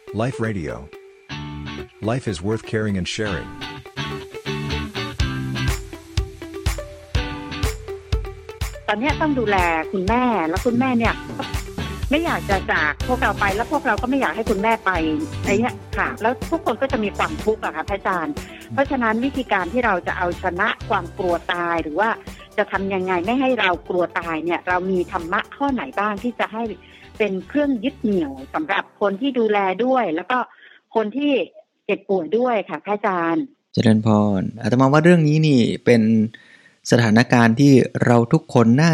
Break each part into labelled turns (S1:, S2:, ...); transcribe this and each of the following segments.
S1: Life Radio. Life is worth caring and sharing.
S2: ตอนนี้ต้องดูแลคุณแม่แล้วคุณแม่เนี่ยไม่อยากจะจากพวกเราไปแล้วพวกเราก็ไม่อยากให้คุณแม่ไปอะไรเงี้ยค่ะแล้วทุกคนก็จะมีความทุกข์อะค่ะพระอาจารย์เพราะฉะนั้นวิธีการที่เราจะเอาชนะความกลัวตายหรือว่าจะทำยังไงไม่ให้เรากลัวตายเนี่ยเรามีธรรมะข้อไหนบ้างที่จะให้เป็นเครื่องยึดเหนี่ยวสำหรับคนที่ดูแลด้วยแล้วก็คนที่เจ็บป่วยด้วยค่ะพระอาจารย์
S3: เจริญพรอาตมาว่าเรื่องนี้นี่เป็นสถานการณ์ที่เราทุกคนน่า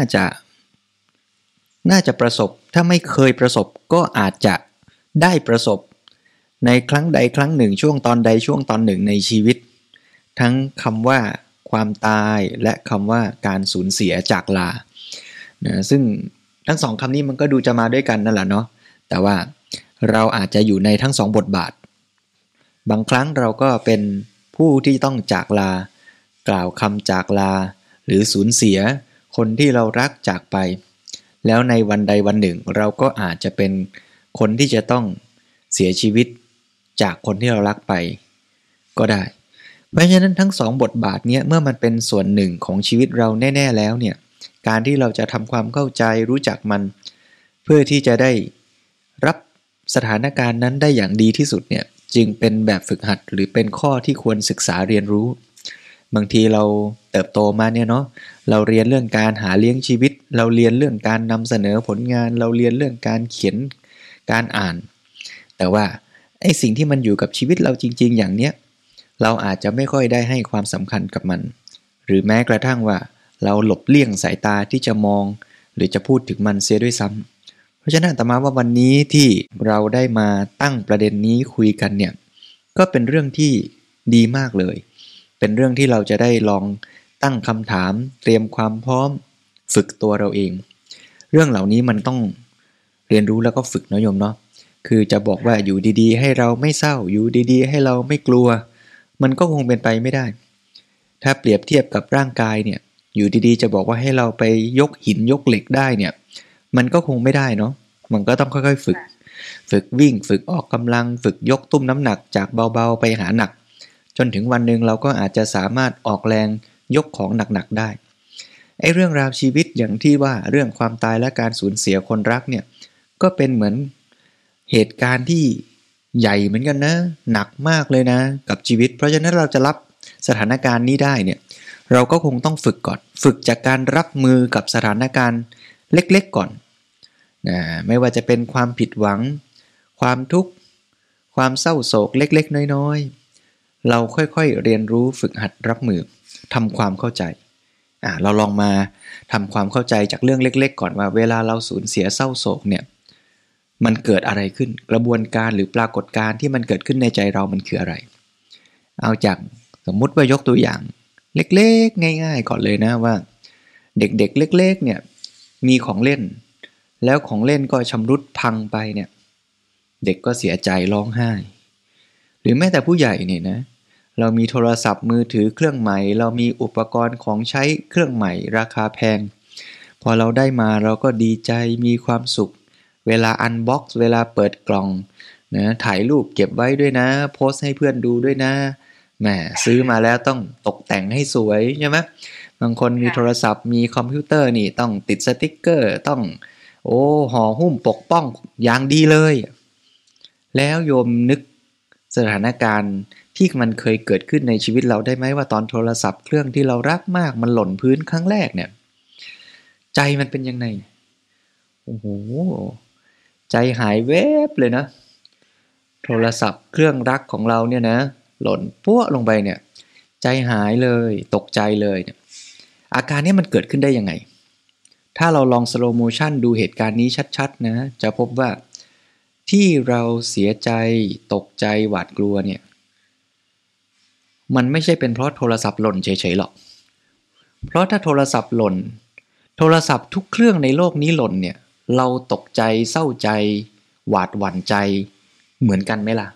S3: จะประสบถ้าไม่เคยประสบก็อาจจะได้ประสบในครั้งใดครั้งหนึ่งช่วงตอนใดช่วงตอนหนึ่งในชีวิตทั้งคำว่าความตายและคำว่าการสูญเสียจากลานะซึ่งทั้งสองคำนี้มันก็ดูจะมาด้วยกันนั่นแหละเนาะแต่ว่าเราอาจจะอยู่ในทั้งสองบทบาทบางครั้งเราก็เป็นผู้ที่ต้องจากลากล่าวคำจากลาหรือสูญเสียคนที่เรารักจากไปแล้วในวันใดวันหนึ่งเราก็อาจจะเป็นคนที่จะต้องเสียชีวิตจากคนที่เรารักไปก็ได้เพราะฉะนั้นทั้งสองบทบาทนี้เมื่อมันเป็นส่วนหนึ่งของชีวิตเราแน่ๆแล้วเนี่ยการที่เราจะทำความเข้าใจรู้จักมันเพื่อที่จะได้รับสถานการณ์นั้นได้อย่างดีที่สุดเนี่ยจึงเป็นแบบฝึกหัดหรือเป็นข้อที่ควรศึกษาเรียนรู้บางทีเราเติบโตมาเนี่ยเนาะเราเรียนเรื่องการหาเลี้ยงชีวิตเราเรียนเรื่องการนำเสนอผลงานเราเรียนเรื่องการเขียนการอ่านแต่ว่าไอ้สิ่งที่มันอยู่กับชีวิตเราจริงๆอย่างเนี้ยเราอาจจะไม่ค่อยได้ให้ความสำคัญกับมันหรือแม้กระทั่งว่าเราหลบเลี่ยงสายตาที่จะมองหรือจะพูดถึงมันเสียด้วยซ้ำเพราะฉะนั้นอาตมาว่าวันนี้ที่เราได้มาตั้งประเด็นนี้คุยกันเนี่ยก็เป็นเรื่องที่ดีมากเลยเป็นเรื่องที่เราจะได้ลองตั้งคำถามเตรียมความพร้อมฝึกตัวเราเองเรื่องเหล่านี้มันต้องเรียนรู้แล้วก็ฝึกนะโยมเนาะคือจะบอกว่าอยู่ดีๆให้เราไม่เศร้าอยู่ดีๆให้เราไม่กลัวมันก็คงเป็นไปไม่ได้ถ้าเปรียบเทียบกับร่างกายเนี่ยอยู่ดีๆจะบอกว่าให้เราไปยกหินยกเหล็กได้เนี่ยมันก็คงไม่ได้เนาะมันก็ต้องค่อยๆฝึกวิ่งฝึกออกกำลังฝึกยกตุ้มน้ำหนักจากเบาๆไปหาหนักจนถึงวันหนึ่งเราก็อาจจะสามารถออกแรงยกของหนักๆได้ไอ้เรื่องราวชีวิตอย่างที่ว่าเรื่องความตายและการสูญเสียคนรักเนี่ยก็เป็นเหมือนเหตุการณ์ที่ใหญ่เหมือนกันนะหนักมากเลยนะกับชีวิตเพราะฉะนั้นเราจะรับสถานการณ์นี้ได้เนี่ยเราก็คงต้องฝึกก่อนฝึกจากการรับมือกับสถานการณ์เล็กๆก่อนนะไม่ว่าจะเป็นความผิดหวังความทุกข์ความเศร้าโศกเล็กๆน้อยๆเราค่อยๆเรียนรู้ฝึกหัดรับมือทำความเข้าใจเราลองมาทำความเข้าใจจากเรื่องเล็กๆก่อนว่าเวลาเราสูญเสียเศร้าโศกเนี่ยมันเกิดอะไรขึ้นกระบวนการหรือปรากฏการณ์ที่มันเกิดขึ้นในใจเรามันคืออะไรเอาจากสมมุติว่ายกตัวอย่างเล็กๆง่ายๆก่อนเลยนะว่าเด็กๆเล็กๆเนี่ยมีของเล่นแล้วของเล่นก็ชำรุดพังไปเนี่ยเด็กก็เสียใจร้องไห้หรือแม้แต่ผู้ใหญ่เนี่ยนะเรามีโทรศัพท์มือถือเครื่องใหม่เรามีอุปกรณ์ของใช้เครื่องใหม่ราคาแพงพอเราได้มาเราก็ดีใจมีความสุขเวลาอันบ็อกซ์เวลาเปิดกล่องนะถ่ายรูปเก็บไว้ด้วยนะโพสต์ให้เพื่อนดูด้วยนะแหมซื้อมาแล้วต้องตกแต่งให้สวยใช่ไหมบางคนมีโทรศัพท์มีคอมพิวเตอร์นี่ต้องติดสติ๊กเกอร์ต้องห่อหุ้มปกป้องอย่างดีเลยแล้วโยมนึกสถานการณ์ที่มันเคยเกิดขึ้นในชีวิตเราได้ไหมว่าตอนโทรศัพท์เครื่องที่เรารักมากมันหล่นพื้นครั้งแรกเนี่ยใจมันเป็นยังไงโอ้โหใจหายแวบเลยนะโทรศัพท์เครื่องรักของเราเนี่ยนะหล่นปั้วลงไปเนี่ยใจหายเลยตกใจเลยเนี่ยอาการนี้มันเกิดขึ้นได้ยังไงถ้าเราลองสโลว์โมชั่นดูเหตุการณ์นี้ชัดๆนะจะพบว่าที่เราเสียใจตกใจหวาดกลัวเนี่ยมันไม่ใช่เป็นเพราะโทรศัพท์หล่นเฉยๆหรอกเพราะถ้าโทรศัพท์หล่นโทรศัพท์ทุกเครื่องในโลกนี้หล่นเนี่ยเราตกใจเศร้าใจหวาดหวั่นใจเหมือนกันไหมล่ะ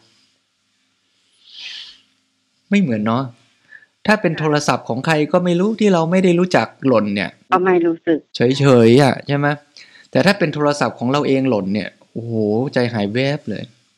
S3: ไม่เหมือนเนาะถ้าเป็นโทรศัพท์ของใครก็ไม่รู้ที่เราไม่ได้รู้จักหล่นเนี่ย
S2: ก็ไม่รู้สึก
S3: เฉยๆใช่ไหมแต่ถ้าเป็นโทรศัพท์ของเราเองหล่นเนี่ยโอ้โหใจหายแวบเลย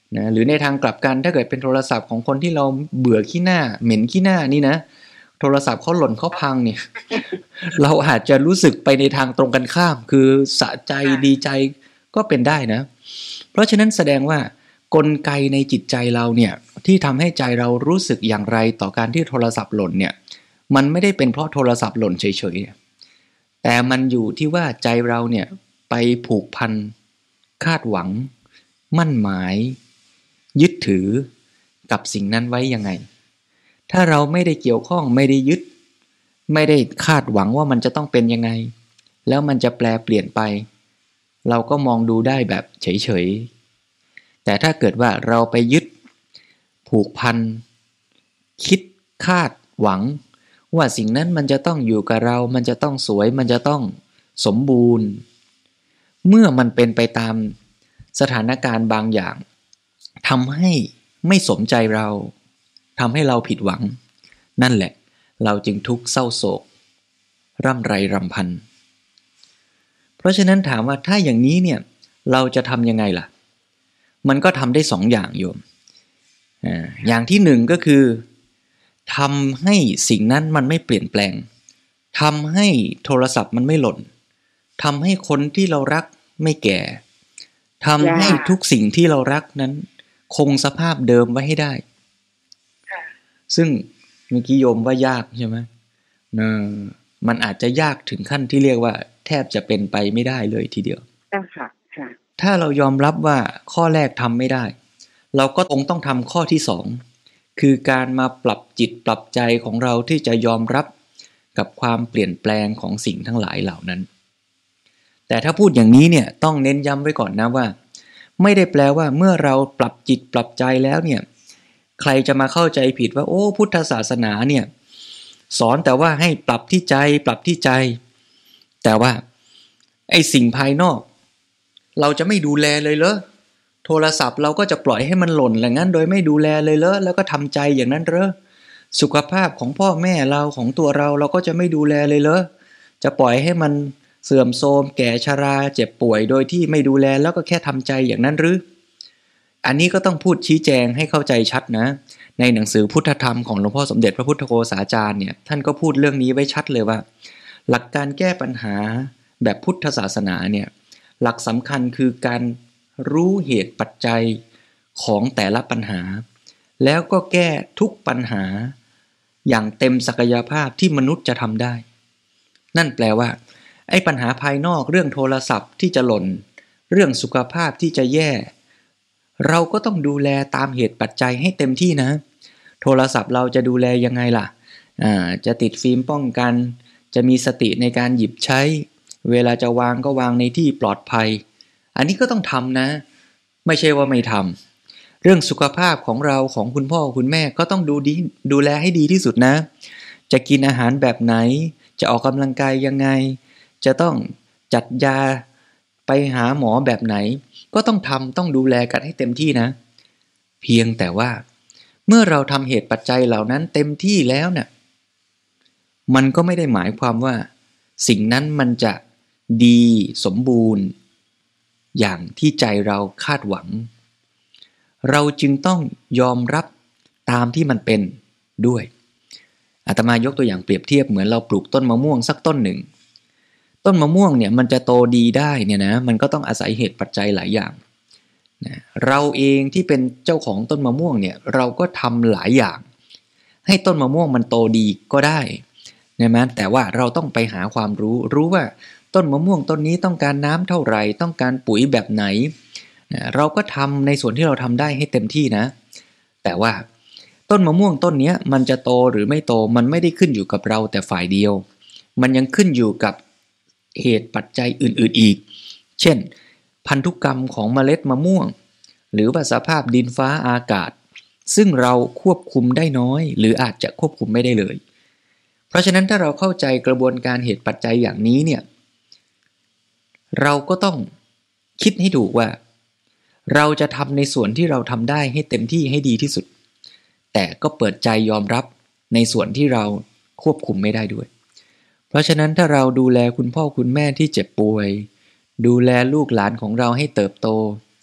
S3: นะหรือในทางกลับกันถ้าเกิดเป็นโทรศัพท์ของคนที่เราเบื่อขี้หน้าเหม็นขี้หน้านี่นะโทรศัพท์เขาหล่นเขาพังเนี่ย เราอาจจะรู้สึกไปในทางตรงกันข้ามคือสะใจดีใจก็เป็นได้นะเพราะฉะนั้นแสดงว่ากลไกในจิตใจเราเนี่ยที่ทำให้ใจเรารู้สึกอย่างไรต่อการที่โทรศัพท์หล่นเนี่ยมันไม่ได้เป็นเพราะโทรศัพท์หล่นเฉยๆแต่มันอยู่ที่ว่าใจเราเนี่ยไปผูกพันคาดหวังมั่นหมายยึดถือกับสิ่งนั้นไว้ยังไงถ้าเราไม่ได้เกี่ยวข้องไม่ได้ยึดไม่ได้คาดหวังว่ามันจะต้องเป็นยังไงแล้วมันจะแปลเปลี่ยนไปเราก็มองดูได้แบบเฉยๆแต่ถ้าเกิดว่าเราไปยึดผูกพันคิดคาดหวังว่าสิ่งนั้นมันจะต้องอยู่กับเรามันจะต้องสวยมันจะต้องสมบูรณ์เมื่อมันเป็นไปตามสถานการณ์บางอย่างทำให้ไม่สมใจเราทำให้เราผิดหวังนั่นแหละเราจึงทุกข์เศร้าโศกร่ำไรรำพันเพราะฉะนั้นถามว่าถ้าอย่างนี้เนี่ยเราจะทำยังไงล่ะมันก็ทำได้สองอย่างโยมอย่างที่หนึ่งก็คือทำให้สิ่งนั้นมันไม่เปลี่ยนแปลงทำให้โทรศัพท์มันไม่หล่นทำให้คนที่เรารักไม่แก่ทำให้ทุกสิ่งที่เรารักนั้นคงสภาพเดิมไว้ให้ได้ซึ่งเมื่อกี้โยมว่ายากใช่ไหมมันอาจจะยากถึงขั้นที่เรียกว่าแทบจะเป็นไปไม่ได้เลยทีเดียวถ้าเรายอมรับว่าข้อแรกทำไม่ได้เราก็ต้องทำข้อที่สองคือการมาปรับจิตปรับใจของเราที่จะยอมรับกับความเปลี่ยนแปลงของสิ่งทั้งหลายเหล่านั้นแต่ถ้าพูดอย่างนี้เนี่ยต้องเน้นย้ำไว้ก่อนนะว่าไม่ได้แปลว่าเมื่อเราปรับจิตปรับใจแล้วเนี่ยใครจะมาเข้าใจผิดว่าโอ้พุทธศาสนาเนี่ยสอนแต่ว่าให้ปรับที่ใจปรับที่ใจแต่ว่าไอ้สิ่งภายนอกเราจะไม่ดูแลเลยเหรอโทรศัพท์เราก็จะปล่อยให้มันหล่นอย่างนั้นโดยไม่ดูแลเลยเหรอแล้วก็ทำใจอย่างนั้นเหรอสุขภาพของพ่อแม่เราของตัวเราก็จะไม่ดูแลเลยเหรอจะปล่อยให้มันเสื่อมโทรมแก่ชราเจ็บป่วยโดยที่ไม่ดูแลแล้วก็แค่ทำใจอย่างนั้นหรืออันนี้ก็ต้องพูดชี้แจงให้เข้าใจชัดนะในหนังสือพุทธธรรมของหลวงพ่อสมเด็จพระพุทธโฆษาจารย์เนี่ยท่านก็พูดเรื่องนี้ไว้ชัดเลยว่าหลักการแก้ปัญหาแบบพุทธศาสนาเนี่ยหลักสำคัญคือการรู้เหตุปัจจัยของแต่ละปัญหาแล้วก็แก้ทุกปัญหาอย่างเต็มศักยภาพที่มนุษย์จะทำได้นั่นแปลว่าไอ้ปัญหาภายนอกเรื่องโทรศัพท์ที่จะหล่นเรื่องสุขภาพที่จะแย่เราก็ต้องดูแลตามเหตุปัจจัยให้เต็มที่นะโทรศัพท์เราจะดูแลยังไงล่ะจะติดฟิล์มป้องกันจะมีสติในการหยิบใช้เวลาจะวางก็วางในที่ปลอดภัยอันนี้ก็ต้องทำนะไม่ใช่ว่าไม่ทำเรื่องสุขภาพของเราของคุณพ่อคุณแม่ก็ต้องดูแลให้ดีที่สุดนะจะกินอาหารแบบไหนจะออกกำลังกายยังไงจะต้องจัดยาไปหาหมอแบบไหนก็ต้องทำต้องดูแลกันให้เต็มที่นะเพียงแต่ว่าเมื่อเราทำเหตุปัจจัยเหล่านั้นเต็มที่แล้วเนี่ยมันก็ไม่ได้หมายความว่าสิ่งนั้นมันจะดีสมบูรณ์อย่างที่ใจเราคาดหวังเราจึงต้องยอมรับตามที่มันเป็นด้วยอาตมายกตัวอย่างเปรียบเทียบเหมือนเราปลูกต้นมะม่วงสักต้นหนึ่งต้นมะม่วงเนี่ยมันจะโตดีได้เนี่ยนะมันก็ต้องอาศัยเหตุปัจจัยหลายอย่างนะเราเองที่เป็นเจ้าของต้นมะม่วงเนี่ยเราก็ทำหลายอย่างให้ต้นมะม่วงมันโตดีก็ได้นะมั้ยแต่ว่าเราต้องไปหาความรู้ว่าต้นมะม่วงต้นนี้ต้องการน้ำเท่าไหร่ต้องการปุ๋ยแบบไหนนะเราก็ทำในส่วนที่เราทำได้ให้เต็มที่นะแต่ว่าต้นมะม่วงต้นนี้มันจะโตหรือไม่โตมันไม่ได้ขึ้นอยู่กับเราแต่ฝ่ายเดียวมันยังขึ้นอยู่กับเหตุปัจจัยอื่นๆอีกเช่นพันธุกรรมของเมล็ดมะม่วงหรือว่าสภาพดินฟ้าอากาศซึ่งเราควบคุมได้น้อยหรืออาจจะควบคุมไม่ได้เลยเพราะฉะนั้นถ้าเราเข้าใจกระบวนการเหตุปัจจัยอย่างนี้เนี่ยเราก็ต้องคิดให้ถูกว่าเราจะทำในส่วนที่เราทำได้ให้เต็มที่ให้ดีที่สุดแต่ก็เปิดใจยอมรับในส่วนที่เราควบคุมไม่ได้ด้วยเพราะฉะนั้นถ้าเราดูแลคุณพ่อคุณแม่ที่เจ็บป่วยดูแลลูกหลานของเราให้เติบโต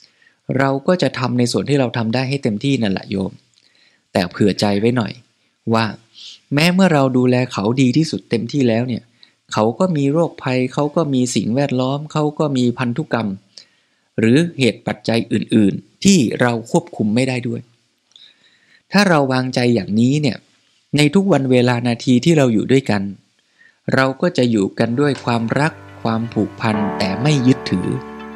S3: เราก็จะทำในส่วนที่เราทำได้ให้เต็มที่นั่นแหละโยมแต่เผื่อใจไว้หน่อยว่าแม้เมื่อเราดูแลเขาดีที่สุดเต็มที่แล้วเนี่ยเขาก็มีโรคภัยเขาก็มีสิ่งแวดล้อมเขาก็มีพันธุกรรมหรือเหตุปัจจัยอื่นๆที่เราควบคุมไม่ได้ด้วยถ้าเราวางใจอย่างนี้เนี่ยในทุกวันเวลานาทีที่เราอยู่ด้วยกันเราก็จะอยู่กันด้วยความรักความผูกพันแต่ไม่ยึดถือ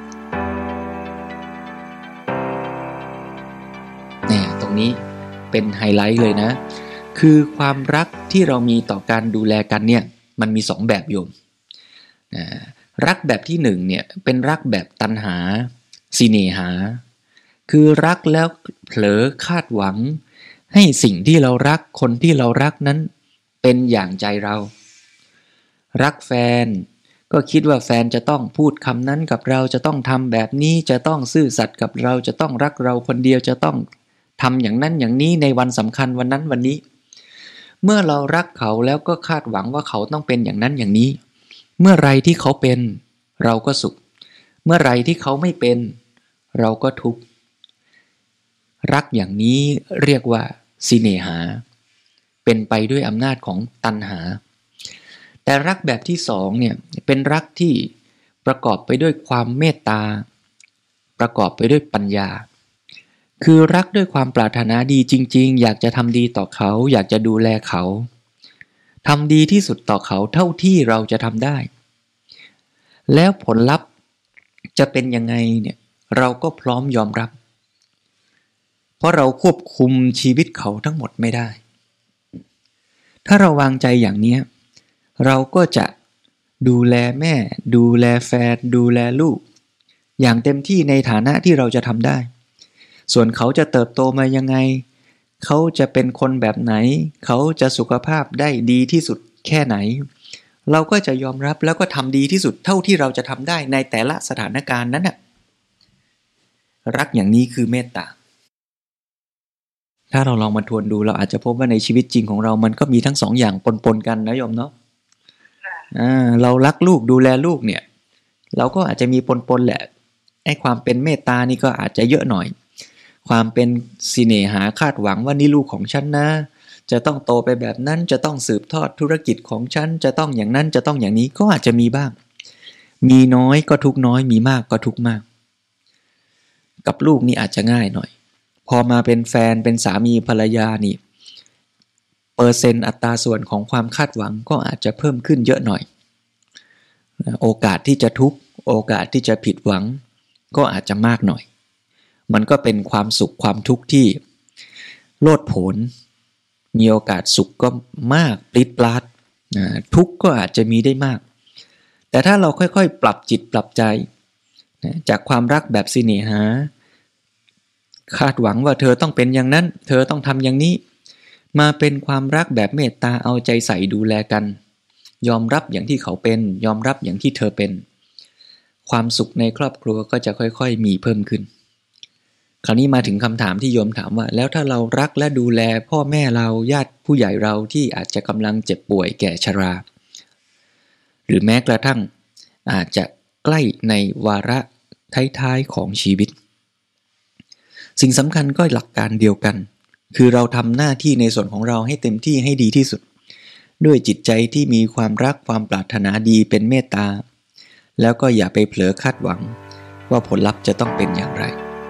S3: เนี่ยตรงนี้เป็นไฮไลท์เลยนะคือความรักที่เรามีต่อการดูแลกันเนี่ยมันมี2แบบโยมรักแบบที่1เนี่ยเป็นรักแบบตัณหาสิเนหาคือรักแล้วเผลอคาดหวังให้สิ่งที่เรารักคนที่เรารักนั้นเป็นอย่างใจเรารักแฟนก็คิดว่าแฟนจะต้องพูดคำนั้นกับเราจะต้องทำแบบนี้จะต้องซื่อสัตย์กับเราจะต้องรักเราคนเดียวจะต้องทำอย่างนั้นอย่างนี้ในวันสำคัญวันนั้นวันนี้เมื่อเรารักเขาแล้วก็คาดหวังว่าเขาต้องเป็นอย่างนั้นอย่างนี้เมื่อไรที่เขาเป็นเราก็สุขเมื่อไรที่เขาไม่เป็นเราก็ทุกข์รักอย่างนี้เรียกว่าสิเนหาเป็นไปด้วยอำนาจของตัณหาแต่รักแบบที่2เนี่ยเป็นรักที่ประกอบไปด้วยความเมตตาประกอบไปด้วยปัญญาคือรักด้วยความปรารถนาดีจริงๆอยากจะทำดีต่อเขาอยากจะดูแลเขาทำดีที่สุดต่อเขาเท่าที่เราจะทำได้แล้วผลลัพธ์จะเป็นยังไงเนี่ยเราก็พร้อมยอมรับเพราะเราควบคุมชีวิตเขาทั้งหมดไม่ได้ถ้าเราวางใจอย่างนี้เราก็จะดูแลแม่ดูแลแฟนดูแลลูกอย่างเต็มที่ในฐานะที่เราจะทำได้ส่วนเขาจะเติบโตมายังไงเขาจะเป็นคนแบบไหนเขาจะสุขภาพได้ดีที่สุดแค่ไหนเราก็จะยอมรับแล้วก็ทำดีที่สุดเท่าที่เราจะทำได้ในแต่ละสถานการณ์นั้นน่ะรักอย่างนี้คือเมตตาถ้าเราลองมาทวนดูเราอาจจะพบว่าในชีวิตจริงของเรามันก็มีทั้ง2 อย่างปนๆกันนะโยมเนาะเรารักลูกดูแลลูกเนี่ยเราก็อาจจะมีปนๆแหละไอ้ความเป็นเมตตานี่ก็อาจจะเยอะหน่อยความเป็นสิเนหาคาดหวังว่านี่ลูกของฉันนะจะต้องโตไปแบบนั้นจะต้องสืบทอดธุรกิจของฉันจะต้องอย่างนั้นจะต้องอย่างนี้ก็อาจจะมีบ้างมีน้อยก็ทุกน้อยมีมากก็ทุกมากกับลูกนี่อาจจะง่ายหน่อยพอมาเป็นแฟนเป็นสามีภรรยานี่เปอร์เซ็นต์อัตราส่วนของความคาดหวังก็อาจจะเพิ่มขึ้นเยอะหน่อยโอกาสที่จะทุกข์โอกาสที่จะผิดหวังก็อาจจะมากหน่อยมันก็เป็นความสุขความทุกข์ที่โลดโผนมีโอกาสสุขก็มากปลิดปลาดทุกข์ก็อาจจะมีได้มากแต่ถ้าเราค่อยๆปรับจิตปรับใจจากความรักแบบสิเนหาคาดหวังว่าเธอต้องเป็นอย่างนั้นเธอต้องทำอย่างนี้มาเป็นความรักแบบเมตตาเอาใจใส่ดูแลกันยอมรับอย่างที่เขาเป็นยอมรับอย่างที่เธอเป็นความสุขในครอบครัวก็จะค่อยๆมีเพิ่มขึ้นคราวนี้มาถึงคำถามที่โยมถามว่าแล้วถ้าเรารักและดูแลพ่อแม่เราญาติผู้ใหญ่เราที่อาจจะกำลังเจ็บป่วยแก่ชราหรือแม้กระทั่งอาจจะใกล้ในวาระท้ายๆของชีวิตสิ่งสำคัญก็หลักการเดียวกันคือเราทำหน้าที่ในส่วนของเราให้เต็มที่ให้ดีที่สุดด้วยจิตใจที่มีความรักความปรารถนาดีเป็นเมตตาแล้วก็อย่าไปเผลอคาดหวังว่าผลลัพธ์จะต้องเป็นอย่างไร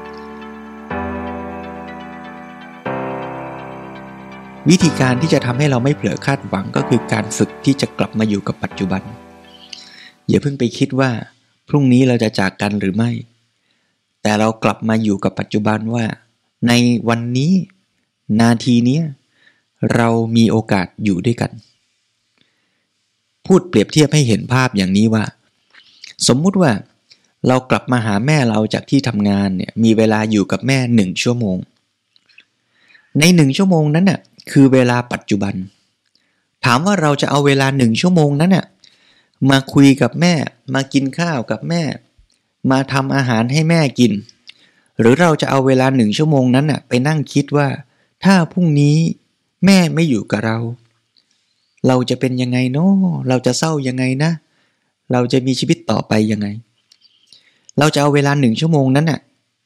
S3: วิธีการที่จะทำให้เราไม่เผลอคาดหวังก็คือการฝึกที่จะกลับมาอยู่กับปัจจุบันอย่าเพิ่งไปคิดว่าพรุ่งนี้เราจะจากกันหรือไม่แต่เรากลับมาอยู่กับปัจจุบันว่าในวันนี้นาทีนี้เรามีโอกาสอยู่ด้วยกันพูดเปรียบเทียบให้เห็นภาพอย่างนี้ว่าสมมุติว่าเรากลับมาหาแม่เราจากที่ทำงานเนี่ยมีเวลาอยู่กับแม่1 ชั่วโมงใน1 ชั่วโมงนั้นน่ะคือเวลาปัจจุบันถามว่าเราจะเอาเวลา1 ชั่วโมงนั้นน่ะมาคุยกับแม่มากินข้าวกับแม่มาทำอาหารให้แม่กินหรือเราจะเอาเวลา1 ชั่วโมงนั้นน่ะไปนั่งคิดว่าถ้าพรุ่งนี้แม่ไม่อยู่กับเราจะเป็นยังไงเนาะเราจะเศร้ายังไงนะเราจะมีชีวิตต่อไปยังไงเราจะเอาเวลา1 ชั่วโมงนั้นน่ะ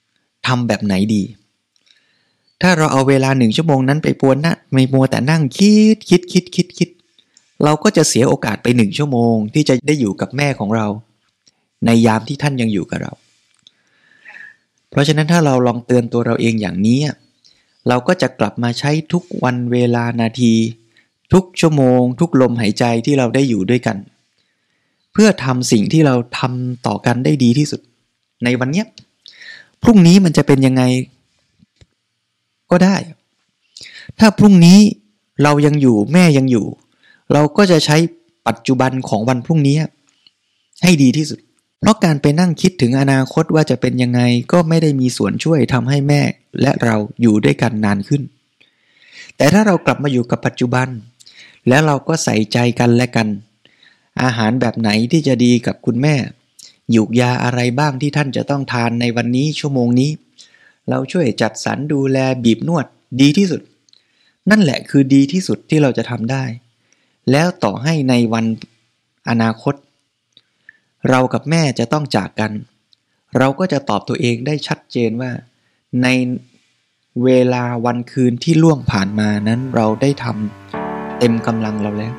S3: ทำแบบไหนดีถ้าเราเอาเวลา1 ชั่วโมงนั้นไปไม่มัวแต่นั่งคิดเราก็จะเสียโอกาสไป1 ชั่วโมงที่จะได้อยู่กับแม่ของเราในยามที่ท่านยังอยู่กับเราเพราะฉะนั้นถ้าเราลองเตือนตัวเราเองอย่างนี้เราก็จะกลับมาใช้ทุกวันเวลานาทีทุกชั่วโมงทุกลมหายใจที่เราได้อยู่ด้วยกันเพื่อทำสิ่งที่เราทำต่อกันได้ดีที่สุดในวันนี้พรุ่งนี้มันจะเป็นยังไงก็ได้ถ้าพรุ่งนี้เรายังอยู่แม่ยังอยู่เราก็จะใช้ปัจจุบันของวันพรุ่งนี้ให้ดีที่สุดเพราะการไปนั่งคิดถึงอนาคตว่าจะเป็นยังไงก็ไม่ได้มีส่วนช่วยทำให้แม่และเราอยู่ด้วยกันนานขึ้นแต่ถ้าเรากลับมาอยู่กับปัจจุบันแล้วเราก็ใส่ใจกันและกันอาหารแบบไหนที่จะดีกับคุณแม่หยูกยาอะไรบ้างที่ท่านจะต้องทานในวันนี้ชั่วโมงนี้เราช่วยจัดสรรดูแลบีบนวดดีที่สุดนั่นแหละคือดีที่สุดที่เราจะทำได้แล้วต่อให้ในวันอนาคตเรากับแม่จะต้องจากกันเราก็จะตอบตัวเองได้ชัดเจนว่าในเวลาวันคืนที่ล่วงผ่านมานั้นเราได้ทำเต็มกำลังเราแล้ว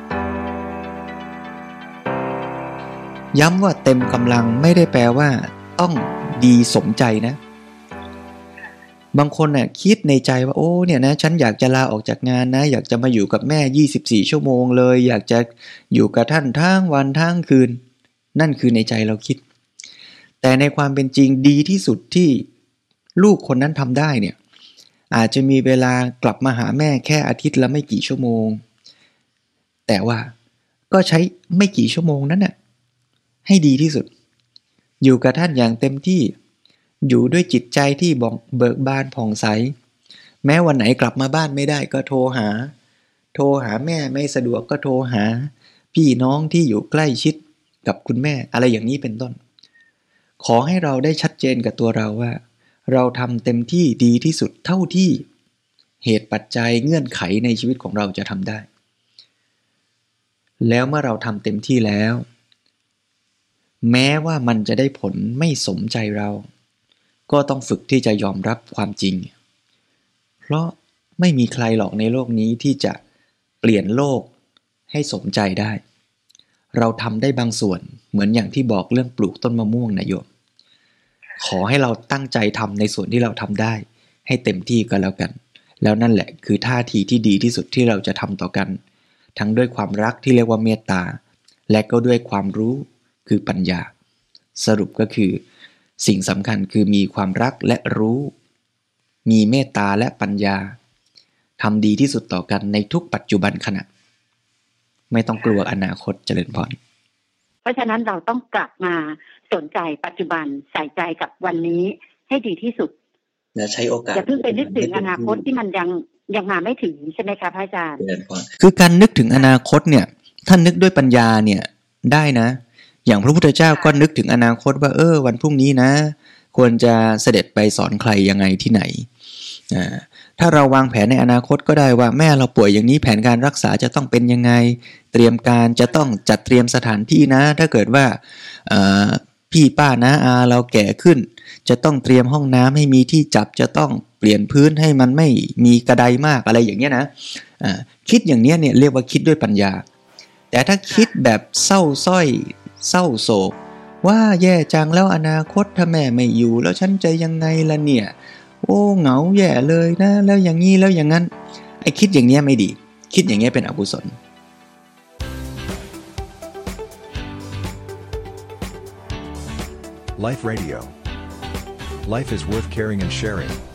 S3: ย้ำว่าเต็มกำลังไม่ได้แปลว่าต้องดีสมใจนะบางคนคิดในใจว่าโอ้เนี่ยนะฉันอยากจะลาออกจากงานนะอยากจะมาอยู่กับแม่24 ชั่วโมงเลยอยากจะอยู่กับท่านทั้งวันทั้งคืนนั่นคือในใจเราคิดแต่ในความเป็นจริงดีที่สุดที่ลูกคนนั้นทำได้เนี่ยอาจจะมีเวลากลับมาหาแม่แค่อาทิตย์ละไม่กี่ชั่วโมงแต่ว่าก็ใช้ไม่กี่ชั่วโมงนั้นให้ดีที่สุดอยู่กับท่านอย่างเต็มที่อยู่ด้วยจิตใจที่เบิกบานผ่องใสแม้วันไหนกลับมาบ้านไม่ได้ก็โทรหาแม่ไม่สะดวกก็โทรหาพี่น้องที่อยู่ใกล้ชิดกับคุณแม่อะไรอย่างนี้เป็นต้นขอให้เราได้ชัดเจนกับตัวเราว่าเราทำเต็มที่ดีที่สุดเท่าที่เหตุปัจจัยเงื่อนไขในชีวิตของเราจะทำได้แล้วเมื่อเราทำเต็มที่แล้วแม้ว่ามันจะได้ผลไม่สมใจเราก็ต้องฝึกที่จะยอมรับความจริงเพราะไม่มีใครหรอกในโลกนี้ที่จะเปลี่ยนโลกให้สมใจได้เราทำได้บางส่วนเหมือนอย่างที่บอกเรื่องปลูกต้นมะม่วงนะโยมขอให้เราตั้งใจทำในส่วนที่เราทำได้ให้เต็มที่ก็แล้วกันแล้วนั่นแหละคือท่าทีที่ดีที่สุดที่เราจะทำต่อกันทั้งด้วยความรักที่เรียกว่าเมตตาและก็ด้วยความรู้คือปัญญาสรุปก็คือสิ่งสำคัญคือมีความรักและรู้มีเมตตาและปัญญาทำดีที่สุดต่อกันในทุกปัจจุบันขณะไม่ต้องกลัวอนาคตเจริญพร
S2: เพราะฉะนั้นเราต้องกลับมาสนใจปัจจุบันใส่ใจกับวันนี้ให้ดีที่สุด
S3: และใช้โอกาส
S2: อย่าเพิ่งไปนึกถึงอนาคตที่มันยังมาไม่ถึงใช่ไหมคะพระอาจารย์
S3: คือการนึกถึงอนาคตเนี่ยท่านนึกด้วยปัญญาเนี่ยได้นะอย่างพระพุทธเจ้าก็นึกถึงอนาคตว่าวันพรุ่งนี้นะควรจะเสด็จไปสอนใครยังไงที่ไหนถ้าเราวางแผนในอนาคตก็ได้ว่าแม่เราป่วยอย่างนี้แผนการรักษาจะต้องเป็นยังไงเตรียมการจะต้องจัดเตรียมสถานที่นะถ้าเกิดว่าพี่ป้านะอาเราแก่ขึ้นจะต้องเตรียมห้องน้ำให้มีที่จับจะต้องเปลี่ยนพื้นให้มันไม่มีกระไดมากอะไรอย่างเงี้ยนะคิดอย่างเนี้ยเนี่ยเรียกว่าคิดด้วยปัญญาแต่ถ้าคิดแบบเศร้าส้อยเศร้าโศกว่าแย่จังแล้วอนาคตถ้าแม่ไม่อยู่แล้วฉันจะยังไงล่ะเนี่ยโอ้เหงาแย่เลยนะแล้วอย่างนี้แล้วอย่างนั้นไอ้คิดอย่างเนี้ยไม่ดีคิดอย่างเนี้ยเป็นอกุศล
S1: Life Radio. Life is worth caring and sharing.